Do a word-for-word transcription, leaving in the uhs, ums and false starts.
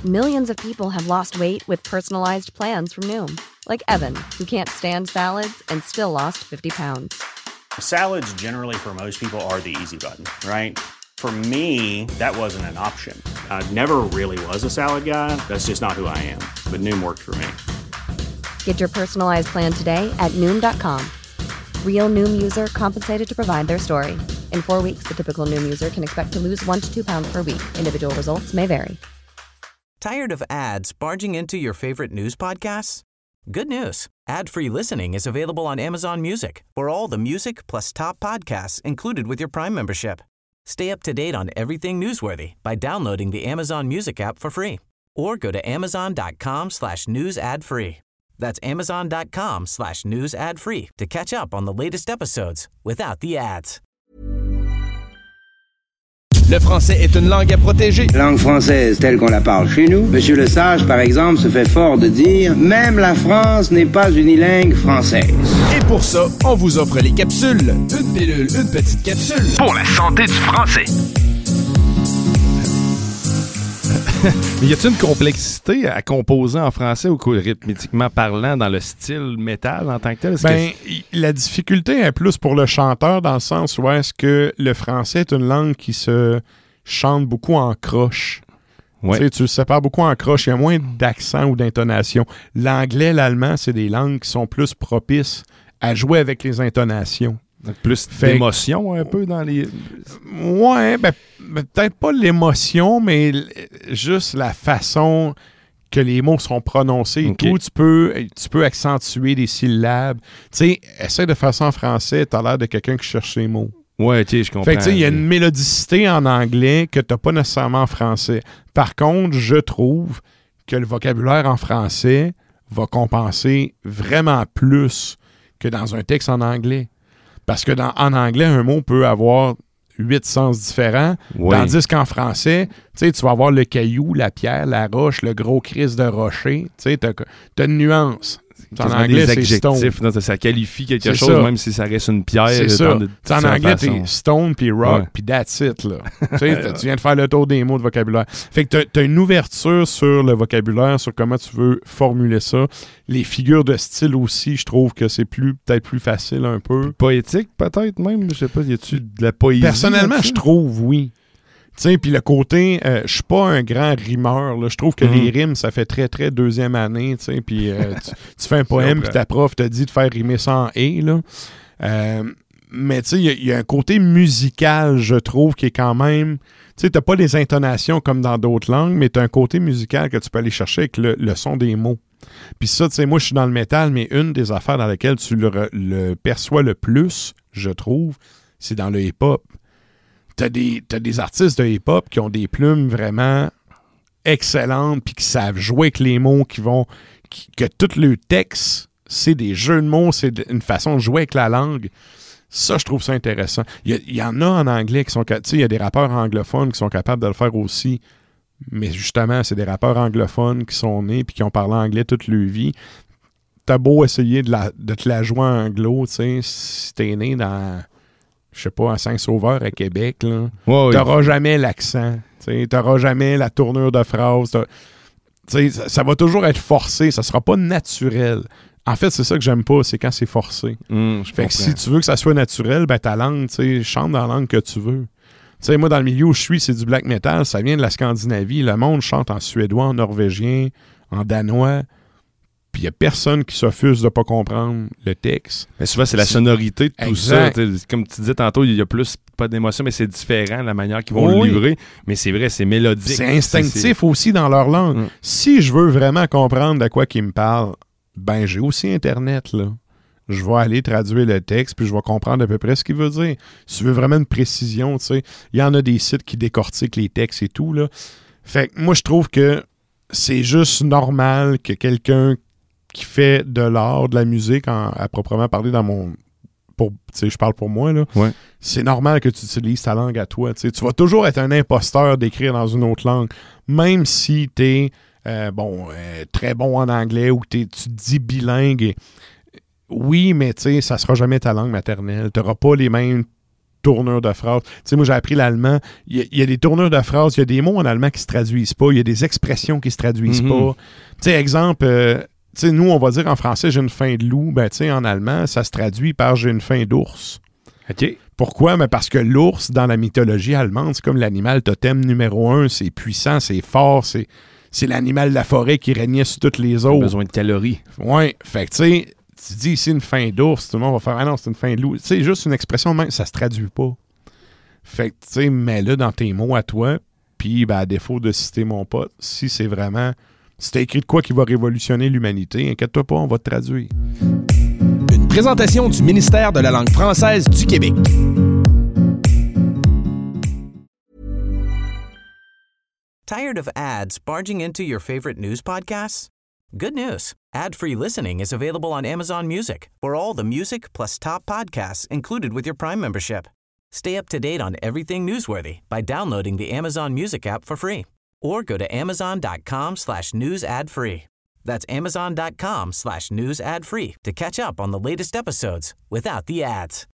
Millions of people have lost weight with personalized plans from Noom. Like Evan, who can't stand salads and still lost fifty pounds. Salads generally for most people are the easy button, right? For me, that wasn't an option. I never really was a salad guy. That's just not who I am. But Noom worked for me. Get your personalized plan today at Noom dot com. Real Noom user compensated to provide their story. In four weeks, the typical Noom user can expect to lose one to two pounds per week. Individual results may vary. Tired of ads barging into your favorite news podcasts? Good news. Ad-free listening is available on Amazon Music for all the music plus top podcasts included with your Prime membership. Stay up to date on everything newsworthy by downloading the Amazon Music app for free or go to amazon.com slash news ad free. That's amazon.com slash news ad free to catch up on the latest episodes without the ads. Le français est une langue à protéger. Langue française telle qu'on la parle chez nous. Monsieur Le Sage, par exemple, se fait fort de dire « Même la France n'est pas unilingue française ». Et pour ça, on vous offre les capsules. Une pilule, une petite capsule. Pour la santé du français. Mais y a-t-il une complexité à composer en français ou rythmiquement parlant dans le style métal en tant que tel? Ben, que... la difficulté est plus pour le chanteur dans le sens où est-ce que le français est une langue qui se chante beaucoup en croche. Ouais. Tu sais, tu le sépares beaucoup en croche. Il y a moins d'accent ou d'intonation. L'anglais, l'allemand, c'est des langues qui sont plus propices à jouer avec les intonations. Donc plus fait... d'émotion un peu dans les... Ouais, ben, peut-être pas l'émotion, mais juste la façon que les mots sont prononcés. Okay. Et tout, tu peux, tu peux accentuer des syllabes. Tu sais, essaie de faire ça en français, t'as l'air de quelqu'un qui cherche ses mots. Ouais, tu sais, je comprends. Fait que tu sais, il y a une mélodicité en anglais que t'as pas nécessairement en français. Par contre, je trouve que le vocabulaire en français va compenser vraiment plus que dans un texte en anglais. Parce que dans, en anglais, un mot peut avoir huit sens différents, oui. Tandis qu'en français, tu vas avoir le caillou, la pierre, la roche, le gros crise de rocher. Tu as, as une nuance. En anglais, c'est stone. Non, ça qualifie quelque c'est chose, ça. Même si ça reste une pierre. C'est ça. De, en anglais, t'es stone, puis rock, puis ouais. That's it. Là. Tu viens de faire le tour des mots de vocabulaire. Fait que tu as une ouverture sur le vocabulaire, sur comment tu veux formuler ça. Les figures de style aussi, je trouve que c'est plus peut-être plus facile un peu. Puis poétique, peut-être même. Je sais pas, y a-tu de la poésie? Personnellement, je trouve, oui. Tu sais, puis le côté, euh, je suis pas un grand rimeur, là. Je trouve que mm. les rimes, ça fait très, très deuxième année, tu sais, puis euh, tu, tu fais un poème, puis ta prof te dit de faire rimer ça en « et », là. Euh, mais tu sais, il y, y a un côté musical, je trouve, qui est quand même... Tu sais, t'as pas les intonations comme dans d'autres langues, mais t'as un côté musical que tu peux aller chercher avec le, le son des mots. Puis ça, tu sais, moi, je suis dans le métal, mais une des affaires dans lesquelles tu le, le perçois le plus, je trouve, c'est dans le hip-hop. T'as des, t'as des artistes de hip-hop qui ont des plumes vraiment excellentes puis qui savent jouer avec les mots, qui vont... Qui, que tout le texte, c'est des jeux de mots, c'est une façon de jouer avec la langue. Ça, je trouve ça intéressant. Il y, y en a en anglais qui sont... Tu sais, il y a des rappeurs anglophones qui sont capables de le faire aussi. Mais justement, c'est des rappeurs anglophones qui sont nés puis qui ont parlé anglais toute leur vie. T'as beau essayer de, la, de te la jouer en anglo, tu sais, si t'es né dans... je sais pas, à Saint-Sauveur, à Québec, là, ouais, t'auras oui. jamais l'accent, t'auras jamais la tournure de phrase, ça, ça va toujours être forcé, ça sera pas naturel. En fait, c'est ça que j'aime pas, c'est quand c'est forcé. Mmh, fait que si tu veux que ça soit naturel, ben ta langue, tu sais, chante dans la langue que tu veux. Tu sais, moi, dans le milieu où je suis, c'est du black metal, ça vient de la Scandinavie, le monde chante en suédois, en norvégien, en danois. Puis il n'y a personne qui s'offuse de ne pas comprendre le texte. Mais souvent, c'est la sonorité de tout exact. Ça. Comme tu disais tantôt, il y a plus pas d'émotion, mais c'est différent la manière qu'ils vont oui. le livrer. Mais c'est vrai, c'est mélodique. C'est instinctif c'est, c'est... aussi dans leur langue. Mm. Si je veux vraiment comprendre de quoi qu'ils me parlent, ben j'ai aussi Internet, là. Je vais aller traduire le texte, puis je vais comprendre à peu près ce qu'il veut dire. Si tu veux vraiment une précision, tu sais, il y en a des sites qui décortiquent les textes et tout, là. Fait que moi, je trouve que c'est juste normal que quelqu'un qui fait de l'art, de la musique, en, à proprement parler dans mon... Tu sais, je parle pour moi, là. Ouais. C'est normal que tu utilises ta langue à toi. T'sais. Tu vas toujours être un imposteur d'écrire dans une autre langue, même si tu es euh, bon, euh, très bon en anglais ou que tu te dis bilingue. Et... Oui, mais tu sais, ça sera jamais ta langue maternelle. Tu n'auras pas les mêmes tournure de phrase. Tu sais, moi, j'ai appris l'allemand. Il y, y a des tournures de phrases. Il y a des mots en allemand qui se traduisent pas. Il y a des expressions qui se traduisent Mm-hmm. pas. Tu sais, exemple, euh, tu sais, nous, on va dire en français, j'ai une faim de loup. Ben, tu sais, en allemand, ça se traduit par j'ai une faim d'ours. OK. Pourquoi? Mais parce que l'ours, dans la mythologie allemande, c'est comme l'animal totem numéro un. C'est puissant, c'est fort, c'est, c'est l'animal de la forêt qui régnait sur toutes les autres. Besoin de calories. Ouais. Fait que, tu sais, tu dis ici une faim d'ours, tout le monde va faire « Ah non, c'est une faim de loup ». Tu sais, juste une expression, même, ça se traduit pas. Fait que, tu sais, mets-le dans tes mots à toi, puis, ben, à défaut de citer mon pote, si c'est vraiment... Si t'as écrit de quoi qui va révolutionner l'humanité, inquiète-toi pas, on va te traduire. Une présentation du ministère de la langue française du Québec. Tired of ads barging into your favorite news podcasts? Good news. Ad-free listening is available on Amazon Music for all the music plus top podcasts included with your Prime membership. Stay up to date on everything newsworthy by downloading the Amazon Music app for free or go to amazon.com slash news ad free. That's amazon.com slash news ad free to catch up on the latest episodes without the ads.